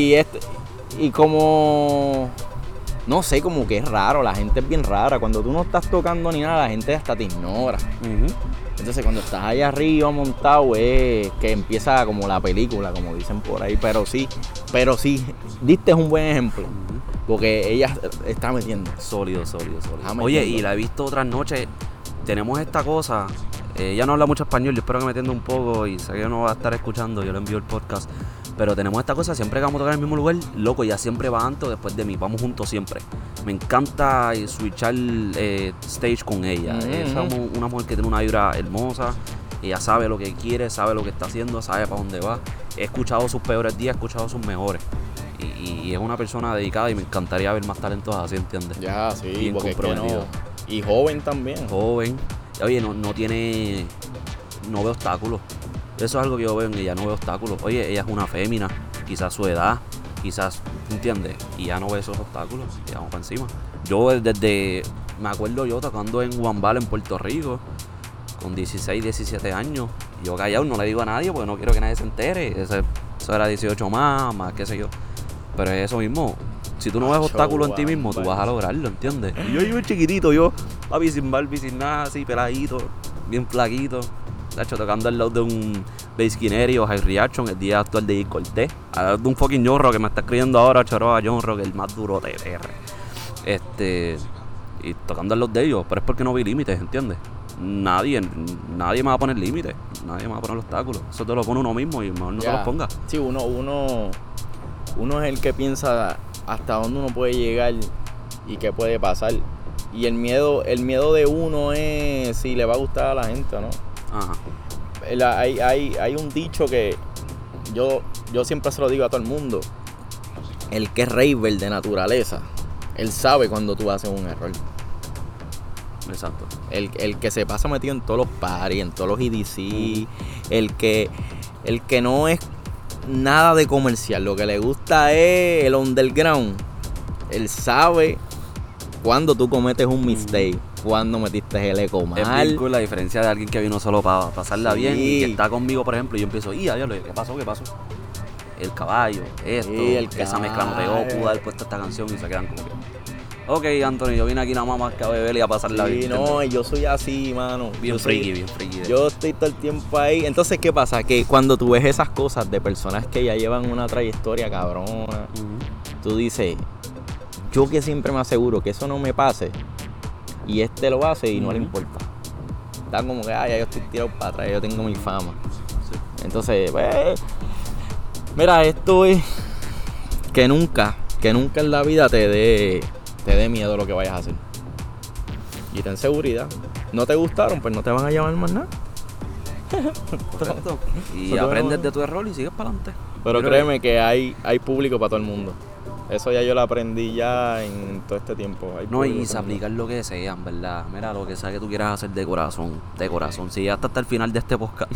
Y como, no sé, como que es raro, la gente es bien rara. Cuando tú no estás tocando ni nada, la gente hasta te ignora. Entonces cuando estás allá arriba montado es que empieza como la película, como dicen por ahí. Pero sí, diste un buen ejemplo. Porque ella está metiendo. Sólido. Oye, y la he visto otras noches. Tenemos esta cosa. Ella no habla mucho español, yo espero que me entienda un poco y sé que no va a estar escuchando, yo le envío el podcast. Pero tenemos esta cosa, siempre que vamos a tocar en el mismo lugar, loco, ella siempre va antes o después de mí, vamos juntos siempre. Me encanta switchar stage con ella. Es una mujer que tiene una vibra hermosa, ella sabe lo que quiere, sabe lo que está haciendo, sabe para dónde va. He escuchado sus peores días, he escuchado sus mejores. Y es una persona dedicada y me encantaría ver más talentos así, ¿entiendes? Ya, sí, bien porque comprometido. es que no. Y joven también. Joven. Oye, no tiene... No ve obstáculos. Eso es algo que yo veo en ella, no ve obstáculos. Oye, ella es una fémina, quizás su edad, quizás, ¿entiendes? Y ya no ve esos obstáculos, y vamos para encima. Yo desde... Me acuerdo yo tocando en Guambala, en Puerto Rico, con 16, 17 años. Yo callado, no le digo a nadie porque no quiero que nadie se entere. Eso era 18 más, qué sé yo. Pero es eso mismo. Si tú no ves obstáculos en ti mismo, tú vas a lograrlo, ¿entiendes? Y yo iba chiquitito, papi, sin Barbie, sin nada, así, peladito, bien flaquito. De hecho, tocando al lado de un Bass Kineri o High Reaction, el día actual de Jay Cortez. Al lado de un fucking Jonro que me está escribiendo ahora, Choroa Jonro, que es el más duro de TR. Y tocando al lado de ellos, pero es porque no vi límites, ¿entiendes? Nadie me va a poner límites, nadie me va a poner obstáculos. Eso te lo pone uno mismo y mejor no te los ponga. Sí, uno es el que piensa hasta dónde uno puede llegar y qué puede pasar. Y el miedo de uno es si le va a gustar a la gente, ¿no? Ajá. Hay un dicho que yo siempre se lo digo a todo el mundo. El que es raver de naturaleza, él sabe cuando tú haces un error. Exacto. El que se pasa metido en todos los parties, en todos los EDC, el que no es nada de comercial, lo que le gusta es el underground. Él sabe cuando tú cometes un mistake, cuando metiste el eco mal. Es bien cool la diferencia de alguien que vino solo para pasarla bien y que está conmigo, por ejemplo, y yo empiezo, ¿qué pasó? El caballo, esto, esa mezcla no pegó, pudo haber puesto esta canción y se quedan como que... Ok, Anthony, yo vine aquí nada más que a beber y a pasarla bien. Sí, no, yo soy así, mano. Bien friki. Yo estoy todo el tiempo ahí. Entonces, ¿qué pasa? Que cuando tú ves esas cosas de personas que ya llevan una trayectoria cabrona, tú dices, yo que siempre me aseguro que eso no me pase, y este lo hace y no le importa. Está como que, ya yo estoy tirado para atrás, yo tengo mi fama. Sí. Entonces, pues, mira, esto es que nunca en la vida te dé miedo lo que vayas a hacer. Y ten seguridad. No te gustaron, pues no te van a llamar más nada. Correcto. Y aprendes de tu error y sigues para adelante. Pero créeme que hay público para todo el mundo. Eso ya yo lo aprendí ya en todo este tiempo. No, y se aplica lo que sean, ¿verdad? Mira, lo que sea que tú quieras hacer de corazón. Si ya hasta el final de este podcast,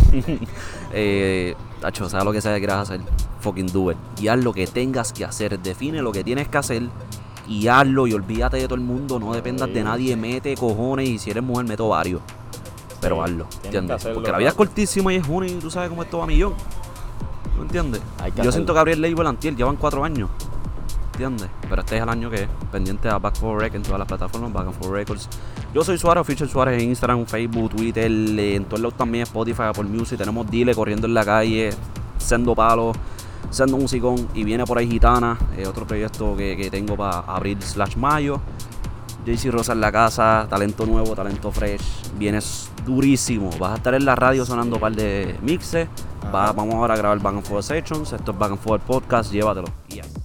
tacho, sea lo que sea que quieras hacer, fucking do it. Y haz lo que tengas que hacer. Define lo que tienes que hacer y hazlo y olvídate de todo el mundo. No dependas de nadie. Mete cojones y si eres mujer, meto varios. Pero hazlo, ¿entiendes? Porque la vida es cortísima y es una y tú sabes cómo esto va a millón. ¿No entiendes? Yo siento que abrí el label antier, llevan 4 años. ¿Entiendes? Pero este es el año que es. Pendiente a Back for Rec en todas las plataformas, Back for Records. Yo soy Suárez, Official Suárez en Instagram, Facebook, Twitter, en todos lados también, Spotify, Apple Music. Tenemos Dile corriendo en la calle, Sendo Palos, Sendo Musicón. Y viene por ahí Gitana, otro proyecto que tengo para abril/mayo. JC Rosa en la casa, talento nuevo, talento fresh. Vienes durísimo. Vas a estar en la radio sonando un par de mixes. Vamos ahora a grabar Back and Forth Sessions. Esto es Back and Forth Podcast. Llévatelo. Yes.